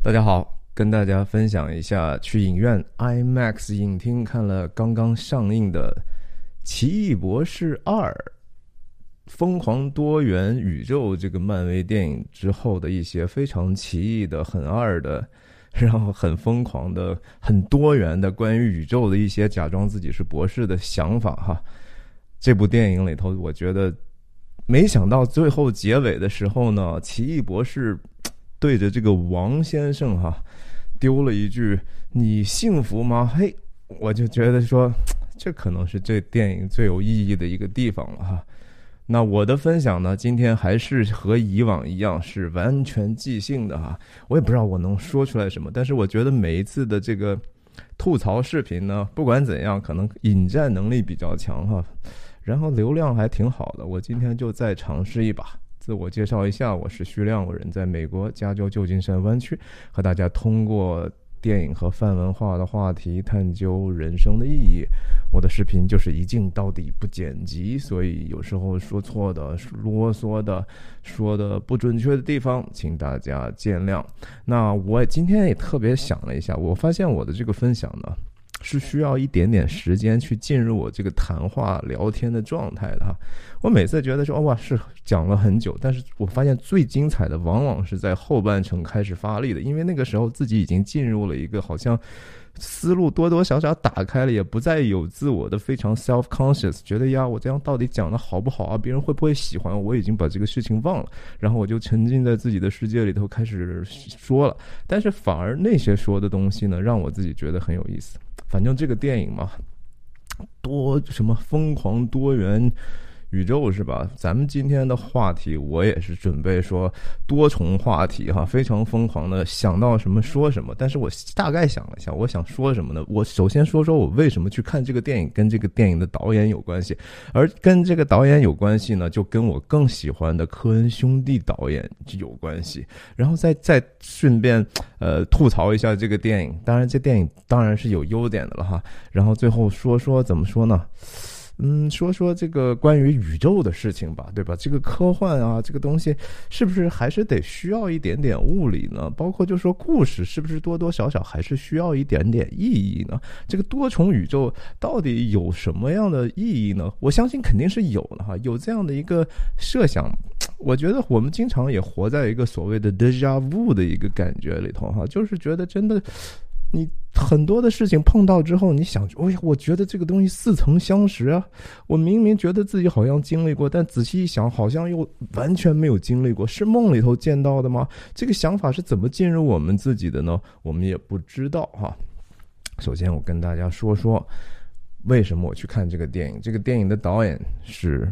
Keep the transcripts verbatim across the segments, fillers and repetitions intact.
大家好，跟大家分享一下去影院 IMAX 影厅看了刚刚上映的《奇异博士二：疯狂多元宇宙》这个漫威电影之后的一些非常奇异的、很二的，然后很疯狂的、很多元的关于宇宙的一些假装自己是博士的想法哈。这部电影里头，我觉得没想到最后结尾的时候呢，奇异博士对着这个王先生哈丢了一句你幸福吗？嘿，我就觉得说这可能是这电影最有意义的一个地方了哈。那我的分享呢，今天还是和以往一样是完全即兴的哈。我也不知道我能说出来什么，但是我觉得每一次的这个吐槽视频呢，不管怎样可能引战能力比较强哈，然后流量还挺好的。我今天就再尝试一把。自我介绍一下，我是徐亮，我人在美国加州旧金山湾区，和大家通过电影和泛文化的话题探究人生的意义。我的视频就是一镜到底不剪辑，所以有时候说错的、啰嗦的、说的不准确的地方请大家见谅。那我今天也特别想了一下，我发现我的这个分享呢是需要一点点时间去进入我这个谈话聊天的状态的哈。我每次觉得说哇是讲了很久，但是我发现最精彩的往往是在后半程开始发力的，因为那个时候自己已经进入了一个好像思路多多少少打开了，也不再有自我的非常 self conscious， 觉得呀我这样到底讲的好不好啊，别人会不会喜欢我，我已经把这个事情忘了，然后我就沉浸在自己的世界里头开始说了，但是反而那些说的东西呢让我自己觉得很有意思。反正这个电影嘛，多什么疯狂多元宇宙是吧？咱们今天的话题我也是准备说多重话题哈，非常疯狂的想到什么说什么。但是我大概想了一下，我想说什么呢？我首先说说我为什么去看这个电影，跟这个电影的导演有关系，而跟这个导演有关系呢，就跟我更喜欢的科恩兄弟导演有关系。然后再再顺便呃吐槽一下这个电影，当然这电影当然是有优点的了哈。然后最后说说怎么说呢？嗯，说说这个关于宇宙的事情吧，对吧？这个科幻啊，这个东西是不是还是得需要一点点物理呢？包括就说故事是不是多多少少还是需要一点点意义呢？这个多重宇宙到底有什么样的意义呢？我相信肯定是有的哈，有这样的一个设想。我觉得我们经常也活在一个所谓的 déjà vu 的一个感觉里头哈，就是觉得真的你很多的事情碰到之后，你想，哎呀，我觉得这个东西似曾相识啊！我明明觉得自己好像经历过，但仔细一想，好像又完全没有经历过，是梦里头见到的吗？这个想法是怎么进入我们自己的呢？我们也不知道哈。首先，我跟大家说说为什么我去看这个电影。这个电影的导演是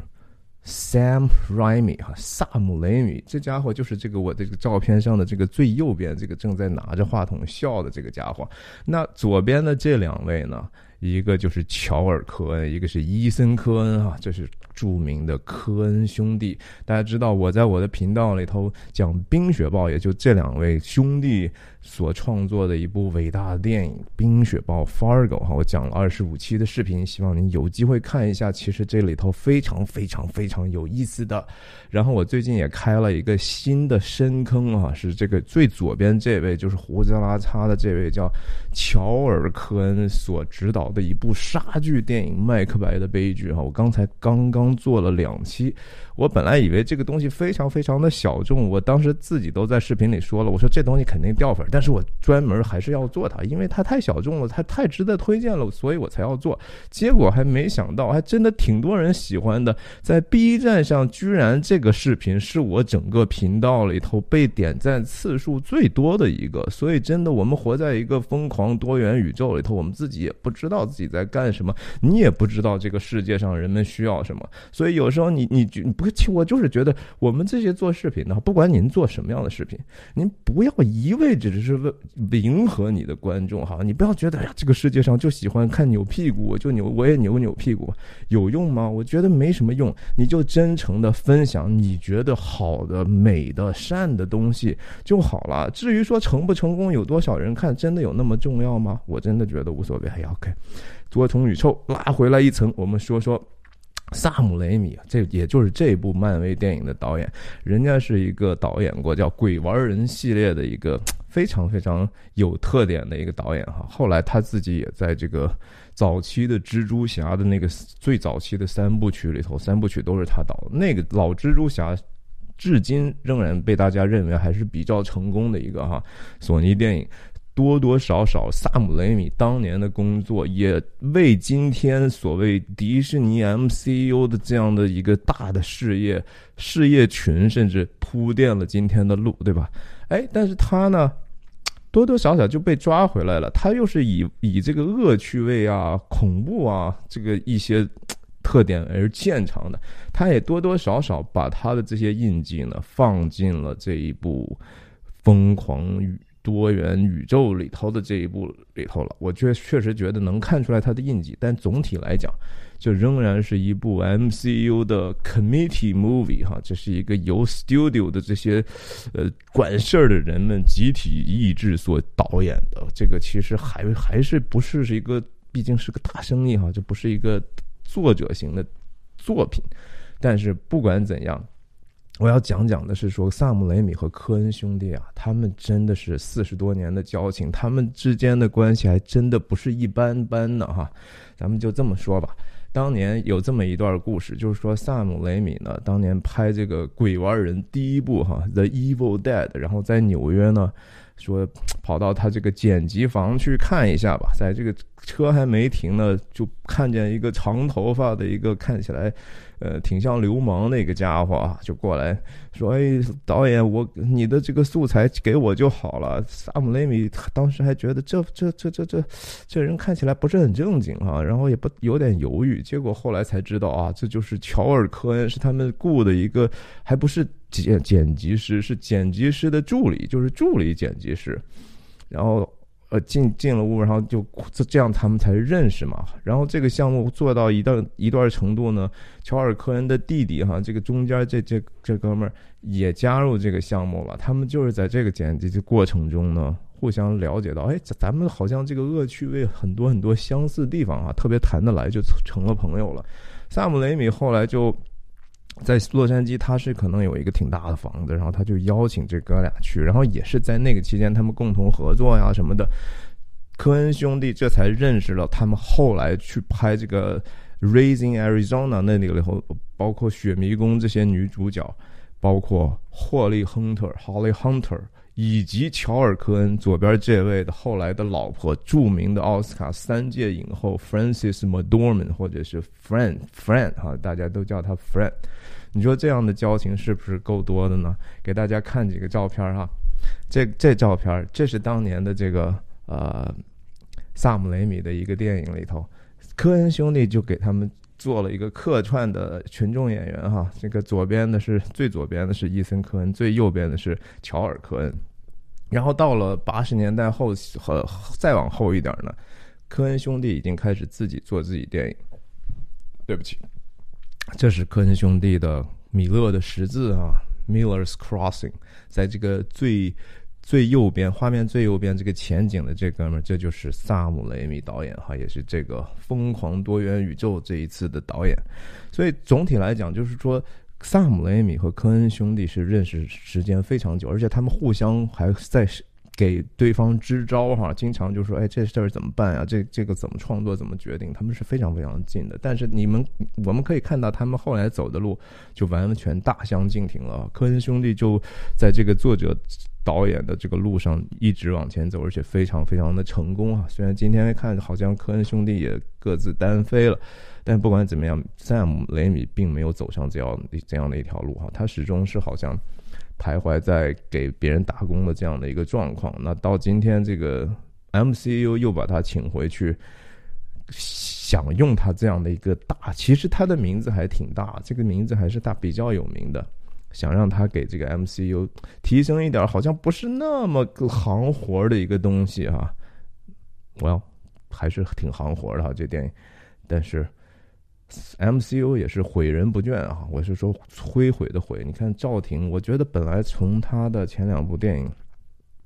Sam Raimi 哈，萨姆雷米，这家伙就是这个我这个照片上的这个最右边这个正在拿着话筒笑的这个家伙。那左边的这两位呢，一个就是乔尔·科恩，一个是伊森·科恩啊，这是著名的科恩兄弟。大家知道我在我的频道里头讲《冰雪暴》，也就这两位兄弟所创作的一部伟大的电影《冰雪暴 Fargo》哈，我讲了二十五期的视频，希望您有机会看一下。其实这里头非常非常非常有意思的。然后我最近也开了一个新的深坑啊，是这个最左边这位就是胡子拉碴的这位叫乔尔·科恩所指导的一部杀剧电影《麦克白的悲剧》哈。我刚才刚刚做了两期，我本来以为这个东西非常非常的小众，我当时自己都在视频里说了，我说这东西肯定掉粉，但是我专门还是要做它，因为它太小众了，它太值得推荐了，所以我才要做。结果还没想到还真的挺多人喜欢的，在 B 站上居然这个视频是我整个频道里头被点赞次数最多的一个。所以真的我们活在一个疯狂多元宇宙里头，我们自己也不知道自己在干什么，你也不知道这个世界上人们需要什么。所以有时候你你你不，我就是觉得我们这些做视频的，不管您做什么样的视频，您不要一味只是为迎合你的观众哈，你不要觉得哎呀这个世界上就喜欢看扭屁股，我就扭我也扭扭屁股，有用吗？我觉得没什么用。你就真诚的分享你觉得好的、美的、善的东西就好了。至于说成不成功，有多少人看，真的有那么重要吗？我真的觉得无所谓。哎呀 ，OK， 多重宇宙拉回来一层，我们说说萨姆雷米，这也就是这部漫威电影的导演，人家是一个导演过叫鬼玩人系列的一个非常非常有特点的一个导演哈。后来他自己也在这个早期的蜘蛛侠的那个最早期的三部曲里头，三部曲都是他导的，那个老蜘蛛侠至今仍然被大家认为还是比较成功的一个哈索尼电影。多多少少萨姆雷米当年的工作也为今天所谓迪士尼 M C U 的这样的一个大的事业事业群甚至铺垫了今天的路，对吧？哎，但是他呢多多少少就被抓回来了，他又是以以这个恶趣味啊恐怖啊这个一些特点而见长的，他也多多少少把他的这些印记呢放进了这一部疯狂与多元宇宙里头的这一部里头了。我觉得确实觉得能看出来他的印记，但总体来讲就仍然是一部 M C U 的 committee movie 哈，这是一个由 studio 的这些呃管事儿的人们集体意志所导演的。这个其实还还是不是是一个，毕竟是个大生意哈，这不是一个作者型的作品。但是不管怎样，我要讲讲的是说，萨姆雷米和科恩兄弟啊，他们真的是四十多年的交情，他们之间的关系还真的不是一般般的哈。咱们就这么说吧，当年有这么一段故事，就是说萨姆雷米呢，当年拍这个鬼玩人第一部哈 The Evil Dead， 然后在纽约呢，说跑到他这个剪辑房去看一下吧，在这个车还没停呢，就看见一个长头发的一个看起来呃挺像流氓的一个家伙啊，就过来说，哎，导演，我你的这个素材给我就好了。萨姆雷米当时还觉得这这这这这这人看起来不是很正经啊，然后也不有点犹豫，结果后来才知道啊，这就是乔尔科恩，是他们雇的一个，还不是剪剪辑师，是剪辑师的助理，就是助理剪辑师。然后呃进进了屋，然后就这样他们才认识嘛。然后这个项目做到一段一段程度呢，乔尔科恩的弟弟哈，这个中间这这这哥们儿也加入这个项目了。他们就是在这个剪辑的过程中呢，互相了解到，哎，咱们好像这个恶趣味很多很多相似地方啊，特别谈得来，就成了朋友了。萨姆雷米后来就在洛杉矶，他是可能有一个挺大的房子，然后他就邀请这哥俩去，然后也是在那个期间他们共同合作呀什么的，科恩兄弟这才认识了他们后来去拍这个 Raising Arizona 那里头，包括雪迷宫这些女主角，包括霍利亨特 Holly Hunter 以及乔尔科恩左边这位的后来的老婆，著名的奥斯卡三届影后 Frances McDormand 或者是 Fran Fran 哈，大家都叫她 Fran。你说这样的交情是不是够多的呢？给大家看几个照片哈，这这照片这是当年的这个呃萨姆雷米的一个电影里头，科恩兄弟就给他们做了一个客串的群众演员哈，这个左边的是最左边的是伊森科恩，最右边的是乔尔科恩。然后到了八十年代后和再往后一点呢，科恩兄弟已经开始自己做自己电影。对不起，这是科恩兄弟的米勒的十字啊 ，Miller's Crossing， 在这个最最右边画面最右边这个前景的这哥们儿，这就是萨姆雷米导演哈，也是这个疯狂多元宇宙这一次的导演。所以总体来讲，就是说萨姆雷米和科恩兄弟是认识时间非常久，而且他们互相还在给对方支招哈，经常就说，哎，这事儿怎么办啊？这这个怎么创作，怎么决定？他们是非常非常近的。但是你们我们可以看到，他们后来走的路就完全大相径庭了。科恩兄弟就在这个作者导演的这个路上一直往前走，而且非常非常的成功啊！虽然今天看好像科恩兄弟也各自单飞了，但不管怎么样，萨姆雷米并没有走上这样这样的一条路哈，他始终是好像徘徊在给别人打工的这样的一个状况。那到今天这个 M C U 又把他请回去，想用他这样的一个大，其实他的名字还挺大，这个名字还是大比较有名的，想让他给这个 M C U 提升一点好像不是那么行活的一个东西哈。well 还是挺行活的哈这电影，但是M C U 也是毁人不倦啊！我是说摧毁的毁。你看赵婷，我觉得本来从他的前两部电影，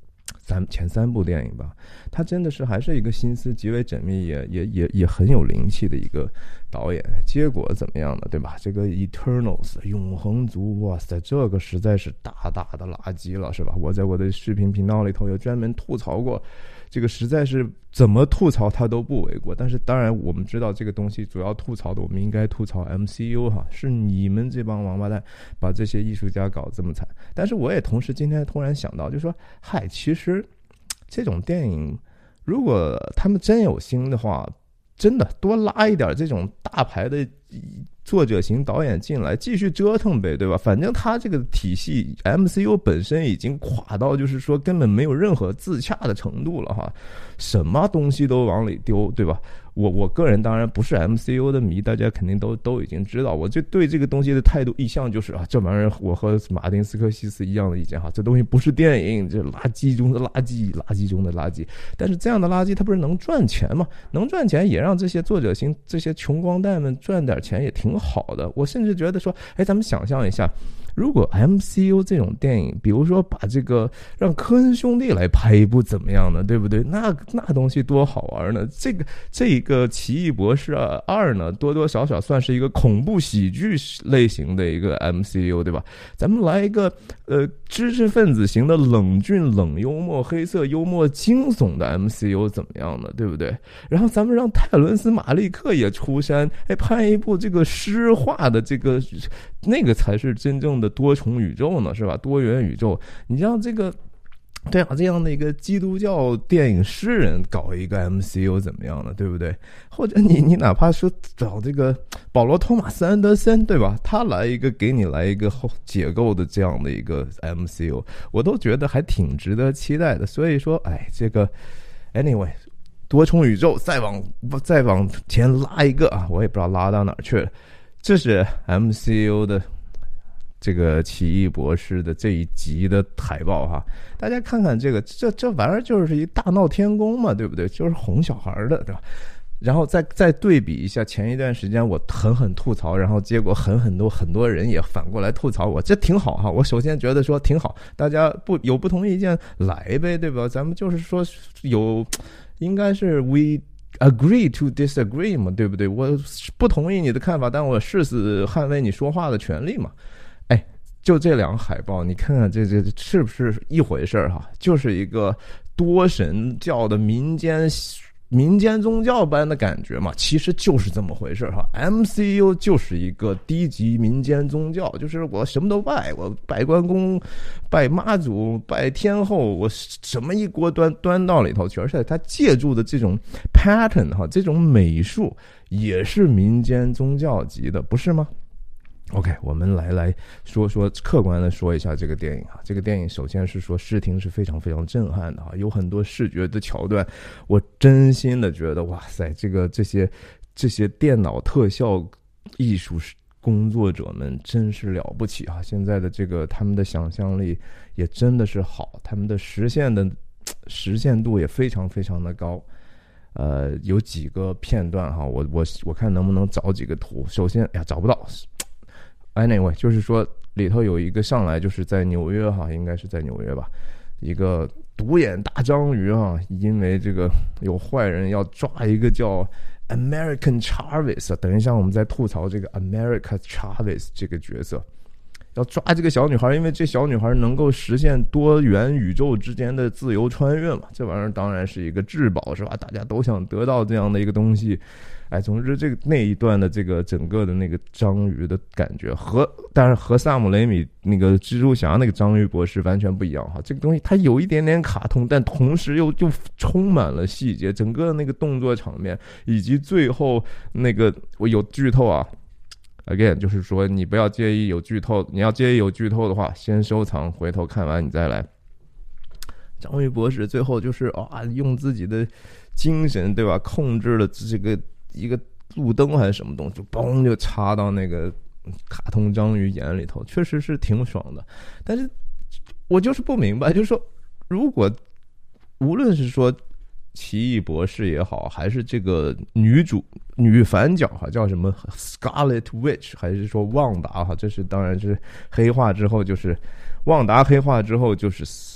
三前三部电影吧，他真的是还是一个心思极为缜密，也也也也很有灵气的一个导演。结果怎么样呢？对吧？这个 Eternals 永恒族，哇塞，这个实在是大大的垃圾了，是吧？我在我的视频频道里头有专门吐槽过，这个实在是怎么吐槽他都不为过。但是当然我们知道这个东西主要吐槽的，我们应该吐槽 M C U 哈，是你们这帮王八蛋把这些艺术家搞这么惨。但是我也同时今天突然想到，就说嗨，其实这种电影如果他们真有心的话，真的多拉一点这种大牌的作者型导演进来继续折腾呗，对吧？反正他这个体系 M C U 本身已经垮到就是说根本没有任何自洽的程度了哈，什么东西都往里丢，对吧？我我个人当然不是 M C U 的迷，大家肯定都都已经知道，我就对这个东西的态度意向就是啊，这玩意儿我和马丁斯科西斯一样的意见哈，这东西不是电影，这垃圾中的垃圾，垃圾中的垃圾。但是这样的垃圾它不是能赚钱吗？能赚钱也让这些作者型这些穷光蛋们赚点钱也挺好的。我甚至觉得说，哎，咱们想象一下，如果 M C U 这种电影，比如说把这个让科恩兄弟来拍一部怎么样呢？对不对？那那东西多好玩呢！这个这一个奇异博士二呢，多多少少算是一个恐怖喜剧类型的一个 M C U， 对吧？咱们来一个呃知识分子型的冷峻、冷幽默、黑色幽默、惊悚的 M C U 怎么样呢？对不对？然后咱们让泰伦斯·马利克也出山，哎，拍一部这个诗化的这个，那个才是真正的多重宇宙呢，是吧？多元宇宙，你让这个。对啊，这样的一个基督教电影诗人搞一个 M C U 怎么样呢？对不对？或者你你哪怕说找这个保罗·托马斯·安德森，对吧？他来一个给你来一个解构的这样的一个 M C U， 我都觉得还挺值得期待的。所以说，哎，这个 anyway， 多重宇宙再往再往前拉一个啊，我也不知道拉到哪儿去了。这是 M C U 的。这个奇异博士的这一集的海报哈，大家看看这个，这这玩意儿就是一大闹天宫嘛，对不对？就是哄小孩的，对吧？然后再再对比一下前一段时间我狠狠吐槽，然后结果很很多很多人也反过来吐槽我，这挺好哈。我首先觉得说挺好，大家不有不同意见来呗，对吧？咱们就是说有，应该是 we agree to disagree 嘛，对不对？我不同意你的看法，但我誓死捍卫你说话的权利嘛。哎，就这两个海报，你看看这这是不是一回事哈？就是一个多神教的民间民间宗教般的感觉嘛，其实就是这么回事哈。M C U 就是一个低级民间宗教，就是我什么都拜，我拜关公、拜妈祖、拜天后，我什么一锅端端到里头去，而且他借助的这种 pattern 哈，这种美术也是民间宗教级的，不是吗？OK， 我们来来说说客观的说一下这个电影啊。这个电影首先是说视听是非常非常震撼的啊，有很多视觉的桥段，我真心的觉得哇塞，这个这些这些电脑特效艺术工作者们真是了不起啊！现在的这个他们的想象力也真的是好，他们的实现的实现度也非常非常的高。呃，有几个片段哈，我我我看能不能找几个图。首先，哎呀，找不到。Anyway， 就是说里头有一个上来就是在纽约哈，应该是在纽约吧，一个独眼大章鱼哈，因为这个有坏人要抓一个叫 American Chavez， 等一下我们再吐槽这个 America Chavez 这个角色，要抓这个小女孩，因为这小女孩能够实现多元宇宙之间的自由穿越嘛，这玩意儿当然是一个至宝是吧？大家都想得到这样的一个东西。哎，总之这个那一段的这个整个的那个章鱼的感觉和，当然和萨姆雷米那个蜘蛛侠那个章鱼博士完全不一样哈。这个东西它有一点点卡通，但同时又又充满了细节，整个那个动作场面以及最后那个我有剧透啊 ，again 就是说你不要介意有剧透，你要介意有剧透的话，先收藏，回头看完你再来。章鱼博士最后就是啊，用自己的精神对吧，控制了这个。一个路灯还是什么东西，就嘣就插到那个卡通章鱼眼里头，确实是挺爽的。但是我就是不明白，就是说，如果无论是说奇异博士也好，还是这个女主女反角哈，叫什么 Scarlet Witch， 还是说旺达哈，这是当然是黑化之后，就是旺达黑化之后就是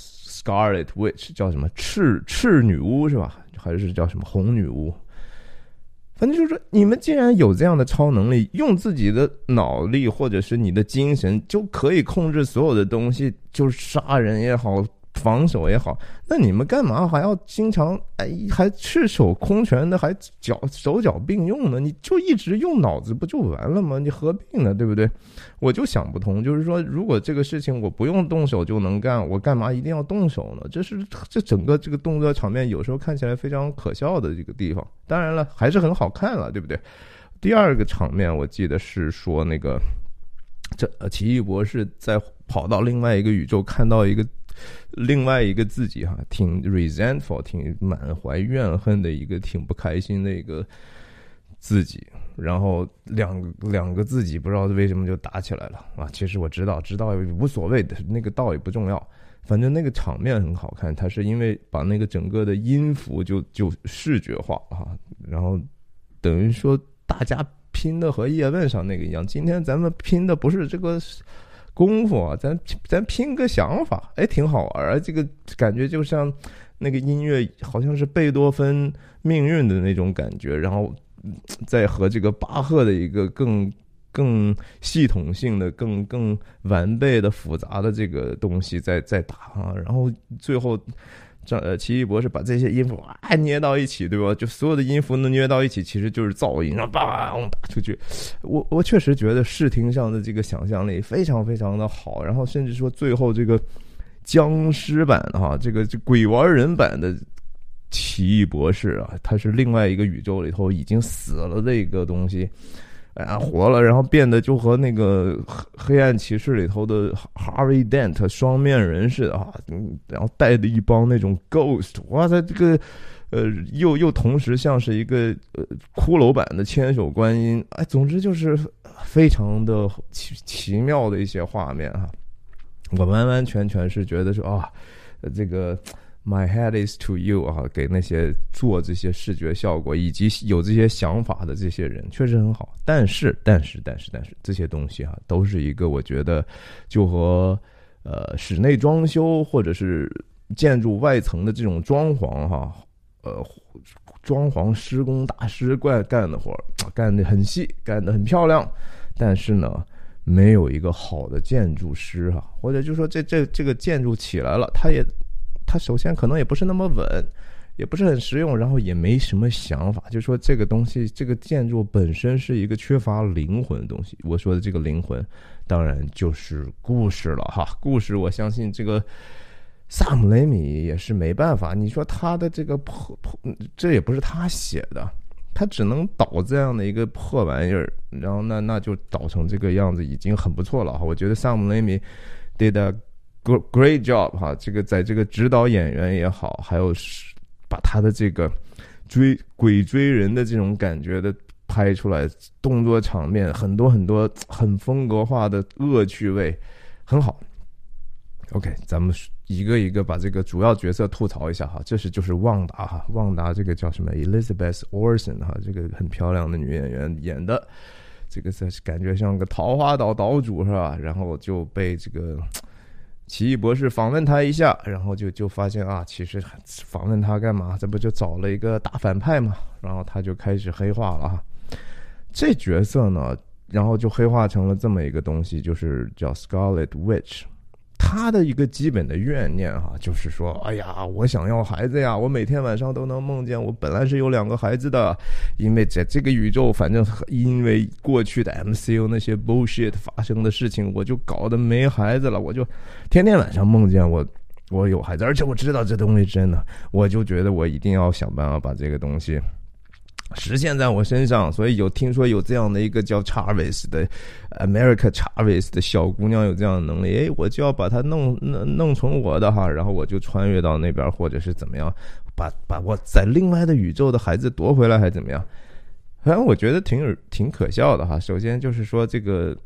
Scarlet Witch 叫什么赤赤女巫是吧？还是叫什么红女巫？反正就是说，你们既然有这样的超能力，用自己的脑力或者是你的精神就可以控制所有的东西，就是杀人也好，防守也好，那你们干嘛还要经常哎还赤手空拳的，还脚手脚并用呢？你就一直用脑子不就完了吗？你何必呢？对不对？我就想不通，就是说，如果这个事情我不用动手就能干，我干嘛一定要动手呢？这是这整个这个动作场面有时候看起来非常可笑的这个地方。当然了，还是很好看了，对不对？第二个场面我记得是说那个这奇异博士在跑到另外一个宇宙，看到一个另外一个自己哈，挺 resentful， 挺满怀怨恨的一个，挺不开心的一个自己，然后两个两个自己不知道为什么就打起来了啊！其实我知道，知道也无所谓的，那个道也不重要，反正那个场面很好看。它是因为把那个整个的音符就就视觉化啊，然后等于说大家拼的和叶问上那个一样。今天咱们拼的不是这个功夫啊，咱咱拼个想法，哎，挺好玩啊！这个感觉就像那个音乐，好像是贝多芬命运的那种感觉，然后再和这个巴赫的一个更更系统性的、更更完备的、复杂的这个东西在在打啊，然后最后。这呃，奇异博士把这些音符啊捏到一起，对吧？就所有的音符能捏到一起，其实就是噪音，然后砰打出去。我我确实觉得视听上的这个想象力非常非常的好，然后甚至说最后这个僵尸版哈，这个这鬼玩人版的奇异博士啊，他是另外一个宇宙里头已经死了的一个东西。哎，活了，然后变得就和那个黑暗骑士里头的 Harvey Dent 双面人似的啊，然后带着一帮那种 ghost， 哇塞，这个呃，又又同时像是一个呃骷髅版的千手观音，哎，总之就是非常的奇奇妙的一些画面哈，我完完全全是觉得说啊，这个。My head is to you 啊，给那些做这些视觉效果以及有这些想法的这些人确实很好，但是但是但是但是这些东西啊，都是一个我觉得就和呃室内装修或者是建筑外层的这种装潢哈，呃装潢施工大师干干的活干得很细，干得很漂亮，但是呢没有一个好的建筑师哈，或者就说这这这个建筑起来了，他也。它首先可能也不是那么稳，也不是很实用，然后也没什么想法，就是说这个东西，这个建筑本身是一个缺乏灵魂的东西。我说的这个灵魂，当然就是故事了哈。故事，我相信这个萨姆雷米也是没办法。你说他的这个破破，这也不是他写的，他只能导这样的一个破玩意儿，然后那那就导成这个样子，已经很不错了哈。我觉得萨姆雷米 did a great job 哈，这个在这个指导演员也好，还有把他的这个追鬼追人的这种感觉的拍出来，动作场面很多很多很风格化的恶趣味，很好。OK， 咱们一个一个把这个主要角色吐槽一下哈。这是就是旺达哈，旺达这个叫什么 Elizabeth Olsen 哈，这个很漂亮的女演员演的，这个感觉像个桃花岛岛主是吧？然后就被这个。奇异博士访问他一下，然后就就发现啊，其实访问他干嘛？这不就找了一个大反派嘛？然后他就开始黑化了哈。这角色呢，然后就黑化成了这么一个东西，就是叫 Scarlet Witch。他的一个基本的怨念哈，就是说，哎呀，我想要孩子呀，我每天晚上都能梦见我本来是有两个孩子的，因为在这个宇宙，反正因为过去的 M C U 那些 bullshit 发生的事情，我就搞得没孩子了，我就天天晚上梦见我我有孩子，而且我知道这东西真的，我就觉得我一定要想办法把这个东西实现在我身上，所以有听说有这样的一个叫 Travis 的 America Travis 的小姑娘有这样的能力，诶，我就要把她弄弄弄成我的哈，然后我就穿越到那边，或者是怎么样，把把我在另外的宇宙的孩子夺回来，还怎么样？反正我觉得挺挺可笑的哈。首先就是说这个。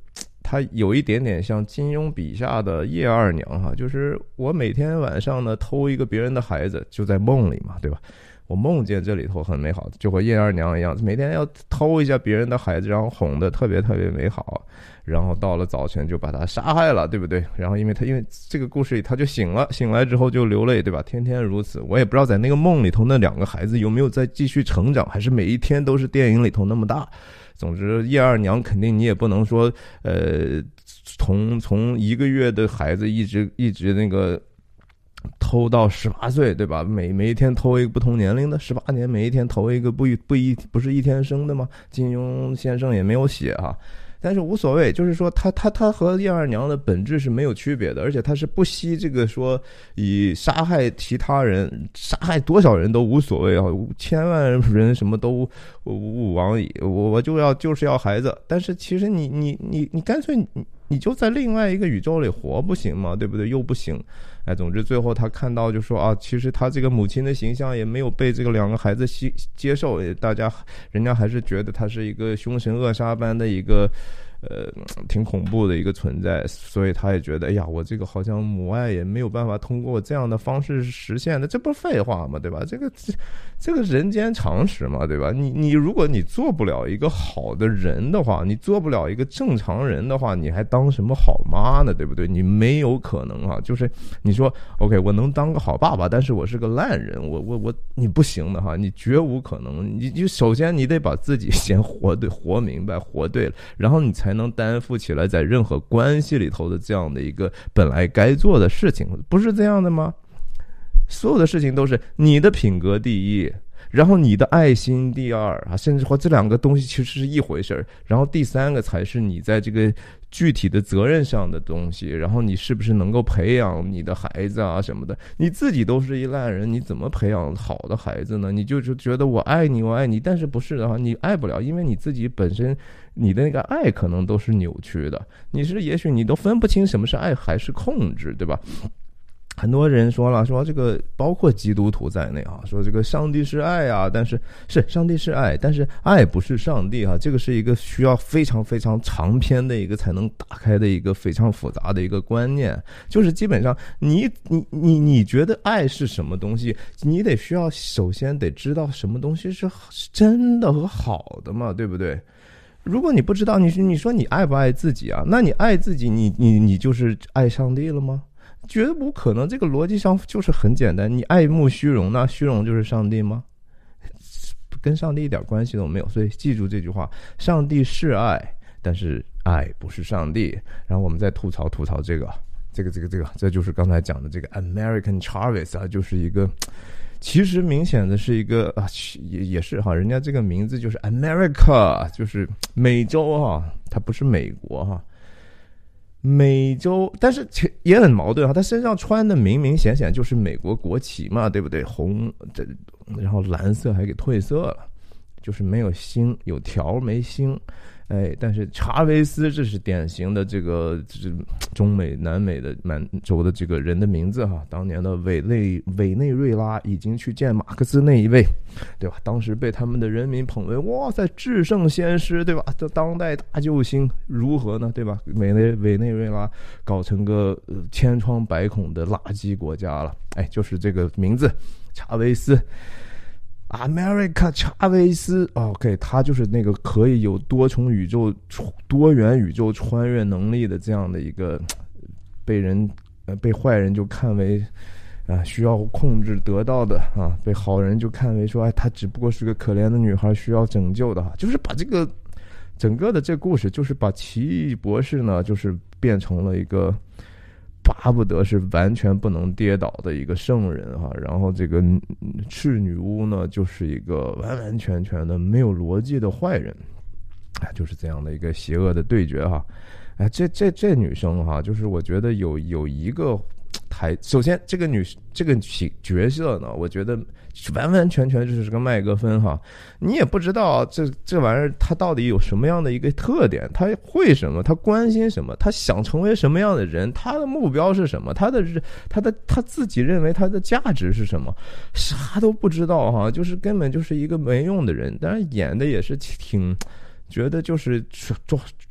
他有一点点像金庸笔下的叶二娘哈，就是我每天晚上呢偷一个别人的孩子，就在梦里嘛，对吧？我梦见这里头很美好，就和叶二娘一样，每天要偷一下别人的孩子，然后哄得特别特别美好，然后到了早晨就把他杀害了，对不对？然后因为他因为这个故事里他就醒了，醒来之后就流泪，对吧？天天如此。我也不知道在那个梦里头那两个孩子有没有在继续成长，还是每一天都是电影里头那么大。总之叶二娘肯定你也不能说呃从从一个月的孩子一直一直那个偷到十八岁，对吧？每每一天偷一个不同年龄的，十八年每一天偷一个不不一不是一天生的吗？金庸先生也没有写哈，但是无所谓，就是说他他他和叶二娘的本质是没有区别的，而且他是不惜这个说以杀害其他人，杀害多少人都无所谓啊，千万人什么都无往矣，我我就要就是要孩子，但是其实你你你你干脆你你就在另外一个宇宙里活不行吗？对不对？又不行。哎，总之最后他看到就说啊，其实他这个母亲的形象也没有被这个两个孩子接受，大家人家还是觉得他是一个凶神恶煞般的一个呃挺恐怖的一个存在，所以他也觉得哎呀，我这个好像母爱也没有办法通过这样的方式实现的，这不是废话吗？对吧？这个这这个人间常识嘛，对吧？你你如果你做不了一个好的人的话，你做不了一个正常人的话，你还当什么好妈呢？对不对？你没有可能啊，就是你说 OK 我能当个好爸爸，但是我是个烂人，我我我你不行的哈，你绝无可能。你就首先你得把自己先活对活明白活对了，然后你才能担负起来在任何关系里头的这样的一个本来该做的事情，不是这样的吗？所有的事情都是你的品格第一，然后你的爱心第二啊，甚至说这两个东西其实是一回事，然后第三个才是你在这个具体的责任上的东西，然后你是不是能够培养你的孩子啊什么的，你自己都是一烂人，你怎么培养好的孩子呢？你就就觉得我爱你我爱你，但是不是的话，你爱不了，因为你自己本身你的那个爱可能都是扭曲的，你是也许你都分不清什么是爱还是控制，对吧？很多人说了，说这个包括基督徒在内啊，说这个上帝是爱啊，但是是上帝是爱，但是爱不是上帝啊，这个是一个需要非常非常长篇的一个才能打开的一个非常复杂的一个观念，就是基本上你你你你觉得爱是什么东西，你得需要首先得知道什么东西是真的和好的嘛，对不对？如果你不知道，你你说你爱不爱自己啊？那你爱自己，你你你就是爱上帝了吗？绝对不可能，这个逻辑上就是很简单。你爱慕虚荣，那虚荣就是上帝吗？跟上帝一点关系都没有。所以记住这句话：上帝是爱，但是爱不是上帝。然后我们再吐槽吐槽这个，这个这个这个，这就是刚才讲的这个 American Chavez 啊，就是一个，其实明显的是一个啊，也也是哈，人家这个名字就是 America， 就是美洲哈，它不是美国哈。美洲，但是也很矛盾啊，他身上穿的明明显显就是美国国旗嘛，对不对？红，这然后蓝色还给褪色了，就是没有星，有条没星。哎，但是查韦斯这是典型的这个这中美南美的满洲的这个人的名字哈。当年的委内委内瑞拉已经去见马克思那一位，对吧？当时被他们的人民捧为哇塞至圣先师，对吧？这当代大救星如何呢？对吧？委内委内瑞拉搞成个、呃、千疮百孔的垃圾国家了，哎，就是这个名字查韦斯。America 查韦斯 OK 他就是那个可以有多重宇宙多元宇宙穿越能力的这样的一个被人呃被坏人就看为啊需要控制得到的啊，被好人就看为说哎她只不过是个可怜的女孩需要拯救的哈，就是把这个整个的这个故事就是把奇异博士呢就是变成了一个巴不得是完全不能跌倒的一个圣人哈，然后这个赤女巫呢就是一个完完全全的没有逻辑的坏人，哎，就是这样的一个邪恶的对决哈。哎，这这这女生哈，就是我觉得有有一个台，首先这个女这个角色呢，我觉得完完全全就是个麦格芬哈，你也不知道这这玩意儿他到底有什么样的一个特点，他会什么，他关心什么，他想成为什么样的人，他的目标是什么，他的他的他自己认为他的价值是什么，啥都不知道哈，就是根本就是一个没用的人。当然演的也是挺觉得就是做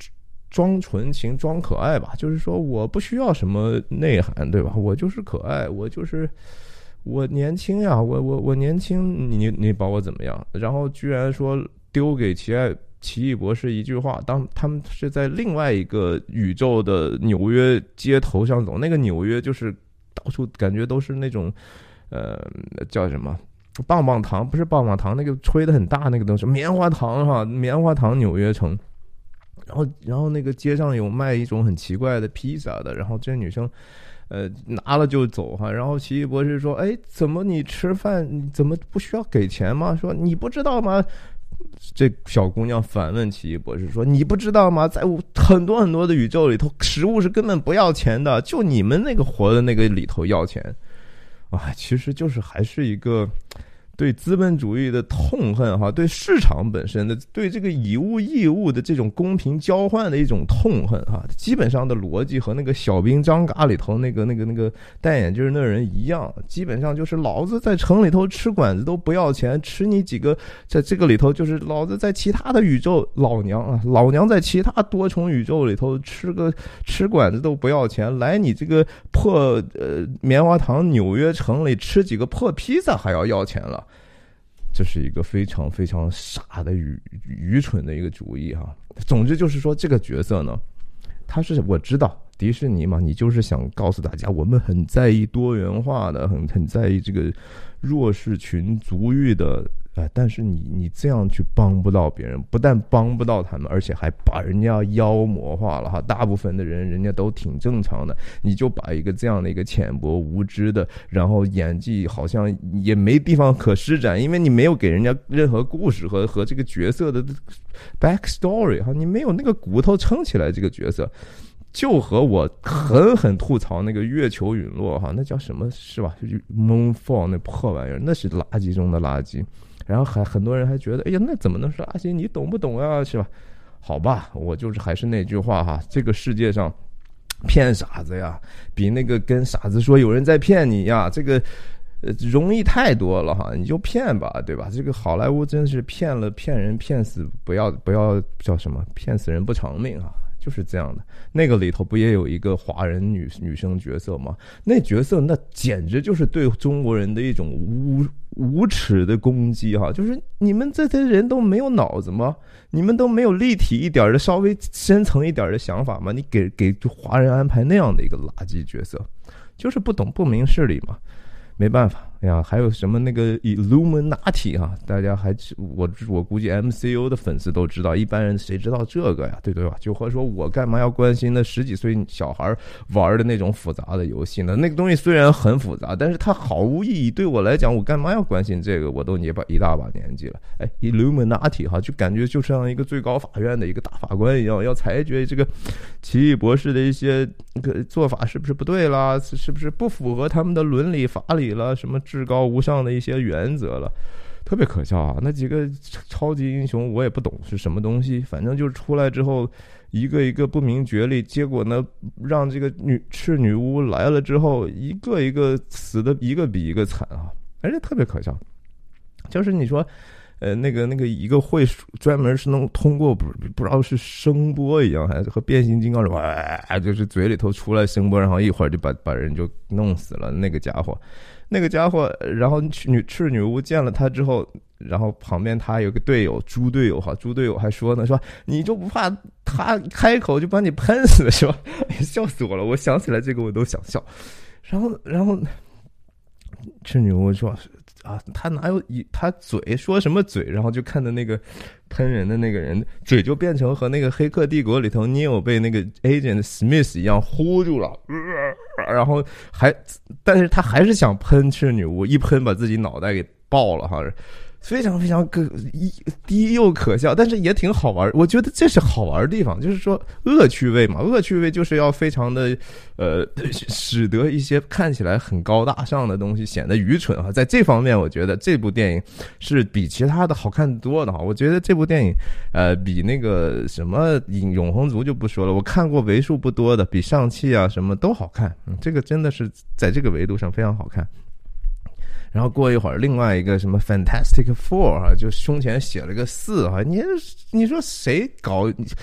装纯情装可爱吧，就是说我不需要什么内涵，对吧？我就是可爱，我就是我年轻呀，我我我年轻，你你把我怎么样？然后居然说丢给奇爱奇异博士一句话，当他们是在另外一个宇宙的纽约街头上走，那个纽约就是到处感觉都是那种呃叫什么棒棒糖，不是棒棒糖，那个吹得很大那个东西，棉花糖哈，棉花糖纽约城。然后，然后那个街上有卖一种很奇怪的披萨的，然后这女生，呃，拿了就走哈。然后奇异博士说：“哎，怎么你吃饭你怎么不需要给钱吗？”说你不知道吗？这小姑娘反问奇异博士说：“你不知道吗？在很多很多的宇宙里头，食物是根本不要钱的，就你们那个活的那个里头要钱。”啊，其实就是还是一个对资本主义的痛恨哈，对市场本身的，对这个以物易物的这种公平交换的一种痛恨哈，基本上的逻辑和那个小兵张嘎里头那个那个那个戴眼镜那人一样，基本上就是老子在城里头吃馆子都不要钱，吃你几个，在这个里头就是老子在其他的宇宙，老娘啊，老娘在其他多重宇宙里头吃个吃馆子都不要钱，来你这个破呃棉花糖纽约城里吃几个破披萨还要要钱了。这是一个非常非常傻的愚愚蠢的一个主意哈。总之就是说，这个角色呢，他是我知道迪士尼嘛，你就是想告诉大家，我们很在意多元化的，很很在意这个弱势群族裔的，呃，但是你你这样去帮不到别人，不但帮不到他们，而且还把人家妖魔化了哈。大部分的人人家都挺正常的，你就把一个这样的一个浅薄无知的，然后演技好像也没地方可施展，因为你没有给人家任何故事和和这个角色的 backstory 哈，你没有那个骨头撑起来这个角色。就和我狠狠吐槽那个月球陨落哈，那叫什么是吧 ？Moonfall 那破玩意儿，那是垃圾中的垃圾。然后还很多人还觉得，哎呀，那怎么能是垃圾？你懂不懂啊？是吧？好吧，我就是还是那句话哈，这个世界上骗傻子呀，比那个跟傻子说有人在骗你呀，这个呃容易太多了哈，你就骗吧，对吧？这个好莱坞真是骗了骗人骗死，不要不要叫什么骗死人不偿命哈。就是这样的，那个里头不也有一个华人女女生角色吗？那角色那简直就是对中国人的一种无无耻的攻击哈！就是你们这些人都没有脑子吗？你们都没有立体一点的、稍微深层一点的想法吗？你给给华人安排那样的一个垃圾角色，就是不懂不明事理嘛。没办法，哎呀，还有什么那个 Illuminati 哈，大家还我我估计 M C U 的粉丝都知道，一般人谁知道这个呀？对对吧？就或者说我干嘛要关心那十几岁小孩玩的那种复杂的游戏呢？那个东西虽然很复杂，但是它毫无意义。对我来讲，我干嘛要关心这个？我都也把一大把年纪了，哎 ，Illuminati 哈，就感觉就像一个最高法院的一个大法官一样，要裁决这个奇异博士的一些做法是不是不对啦，是不是不符合他们的伦理法理了，什么至高无上的一些原则了，特别可笑啊！那几个超级英雄我也不懂是什么东西，反正就是出来之后一个一个不明觉厉，结果呢让这个女赤女巫来了之后，一个一个死的一个比一个惨啊，而且特别可笑。就是你说呃，那个那个一个会专门是能通过不不知道是声波一样，还是和变形金刚是哇，就是嘴里头出来声波，然后一会儿就把把人就弄死了。那个家伙，那个家伙，然后女赤女巫见了他之后，然后旁边他有个队友猪队友哈，猪队友还说呢，说你就不怕他开口就把你喷死是吧？哎，笑死我了！我想起来这个我都想笑。然后然后赤女巫说。啊，他哪有以他嘴说什么嘴，然后就看到那个喷人的那个人嘴就变成和那个黑客帝国里头 Neo 被那个 Agent Smith 一样呼住了，呃、然后还但是他还是想喷赤女巫，一喷把自己脑袋给爆了哈，非常非常可低又可笑，但是也挺好玩。我觉得这是好玩的地方，就是说恶趣味嘛，恶趣味就是要非常的呃，使得一些看起来很高大上的东西显得愚蠢啊。在这方面，我觉得这部电影是比其他的好看多的哈。我觉得这部电影呃，比那个什么《永恒族》就不说了，我看过为数不多的，比上汽啊什么都好看。嗯，这个真的是在这个维度上非常好看。然后过一会儿，另外一个什么 Fantastic Four 啊，就胸前写了个四啊，你你说谁搞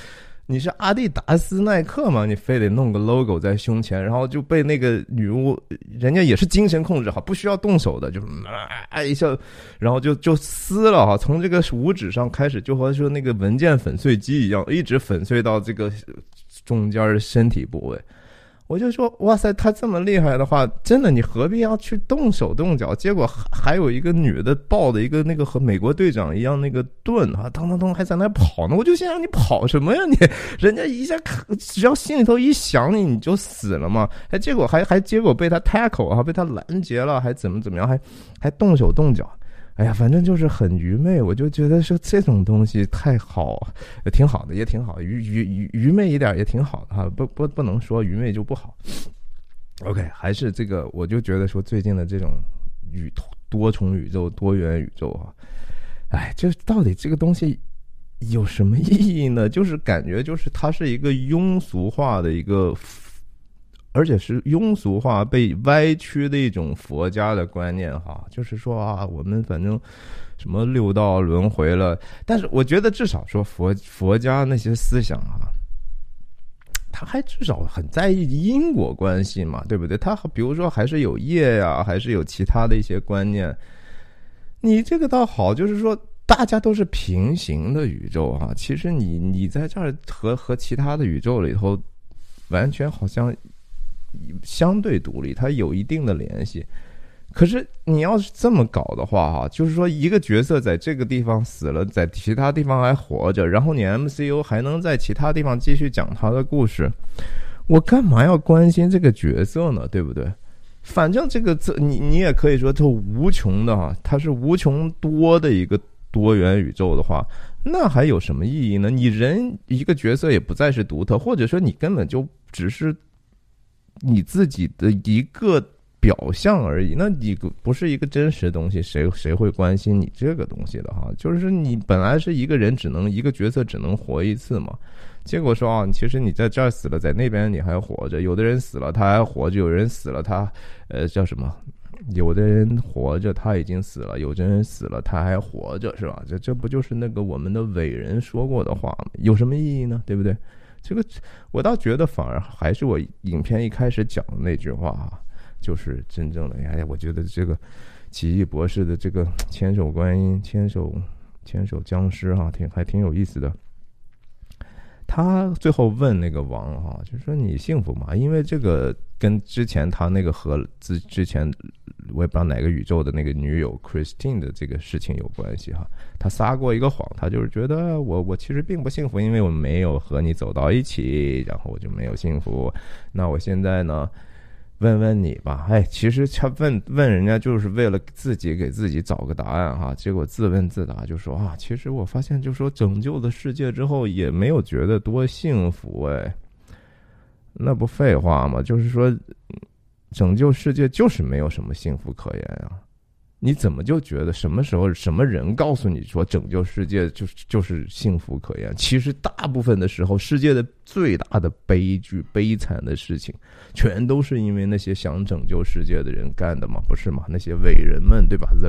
你是阿迪达斯耐克吗？你非得弄个 logo 在胸前，然后就被那个女巫，人家也是精神控制哈，不需要动手的，就啊一下，然后就就撕了哈，从这个五指上开始，就和说那个文件粉碎机一样，一直粉碎到这个中间的身体部位。我就说，哇塞，他这么厉害的话，真的你何必要去动手动脚？结果还有一个女的抱的一个那个和美国队长一样那个盾啊，咚咚咚还在那跑呢。我就心想，你跑什么呀你？人家一下只要心里头一想你，你就死了嘛。哎，结果还还结果被他 tackle 啊，被他拦截了，还怎么怎么样，还还动手动脚。哎呀，反正就是很愚昧，我就觉得说这种东西太好，也挺好的，也挺好，愚愚愚愚昧一点也挺好的哈，不不不能说愚昧就不好。OK， 还是这个，我就觉得说最近的这种宇多重宇宙、多元宇宙哈，哎，这到底这个东西有什么意义呢？就是感觉就是它是一个庸俗化的一个。而且是庸俗化被歪曲的一种佛家的观念哈，就是说啊，我们反正什么六道轮回了，但是我觉得至少说佛佛家那些思想啊，他还至少很在意因果关系嘛，对不对？他比如说还是有业呀，还是有其他的一些观念。你这个倒好，就是说大家都是平行的宇宙啊，其实你你在这儿和和其他的宇宙里头完全好像相对独立，它有一定的联系。可是你要是这么搞的话哈，就是说一个角色在这个地方死了，在其他地方还活着，然后你 M C U 还能在其他地方继续讲他的故事，我干嘛要关心这个角色呢？对不对？反正这个你你也可以说它无穷的哈，它是无穷多的一个多元宇宙的话，那还有什么意义呢？你人一个角色也不再是独特，或者说你根本就只是你自己的一个表象而已，那你不是一个真实的东西，谁谁会关心你这个东西的哈？就是你本来是一个人，只能一个角色只能活一次嘛，结果说啊，其实你在这儿死了，在那边你还活着，有的人死了他还活着，有人死了他呃叫什么？有的人活着他已经死了，有的人死了他还活着，是吧？这这不就是那个我们的伟人说过的话吗？有什么意义呢？对不对？这个我倒觉得反而还是我影片一开始讲的那句话啊，就是真正的哎呀，我觉得这个奇异博士的这个千手观音、千手千手僵尸哈、啊，挺还挺有意思的。他最后问那个王哈、啊，就说你幸福吗？因为这个跟之前他那个和之之前我也不知道哪个宇宙的那个女友 Christine 的这个事情有关系哈。他撒过一个谎，他就是觉得我我其实并不幸福，因为我没有和你走到一起，然后我就没有幸福。那我现在呢？问问你吧，哎，其实他问问人家就是为了自己给自己找个答案哈，结果自问自答就说啊，其实我发现就说拯救了世界之后也没有觉得多幸福哎，那不废话吗？就是说拯救世界就是没有什么幸福可言啊，你怎么就觉得什么时候什么人告诉你说拯救世界就是就是幸福可言？其实大部分的时候，世界的最大的悲剧、悲惨的事情，全都是因为那些想拯救世界的人干的嘛，不是吗？那些伟人们，对吧 ？The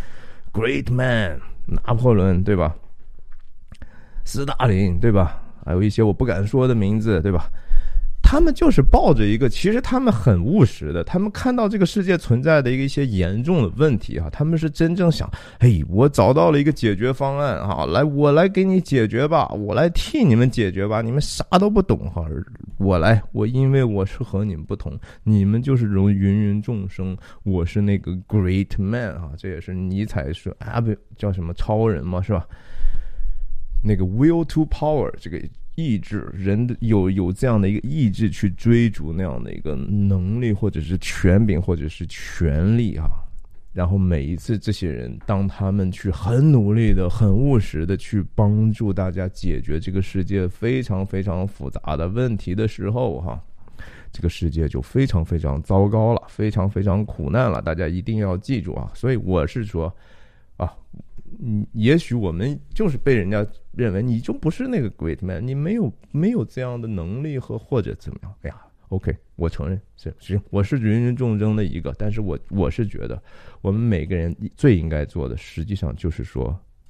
Great Man， 拿破仑，对吧？斯大林，对吧？还有一些我不敢说的名字，对吧？他们就是抱着一个，其实他们很务实的，他们看到这个世界存在的一个一些严重的问题啊，他们是真正想，嘿，我找到了一个解决方案啊，来，我来给你解决吧，我来替你们解决吧，你们啥都不懂哈，我来，我因为我是和你们不同，你们就是如芸芸众生，我是那个 Great Man 啊，这也是尼采说啊，不叫什么超人嘛，是吧？那个 Will to Power 这个。意志，人的有有这样的一个意志去追逐那样的一个能力，或者是权柄，或者是权力啊。然后每一次这些人，当他们去很努力的、很务实的去帮助大家解决这个世界非常非常复杂的问题的时候，哈，这个世界就非常非常糟糕了，非常非常苦难了。大家一定要记住啊！所以我是说，啊。嗯，也许我们就是被人家认为你就不是那个 great man， 你没有没有这样的能力和或者怎么样。哎呀 ，OK， 我承认是行，我是芸芸众生的一个，但是我我是觉得我们每个人最应该做的，实际上就是说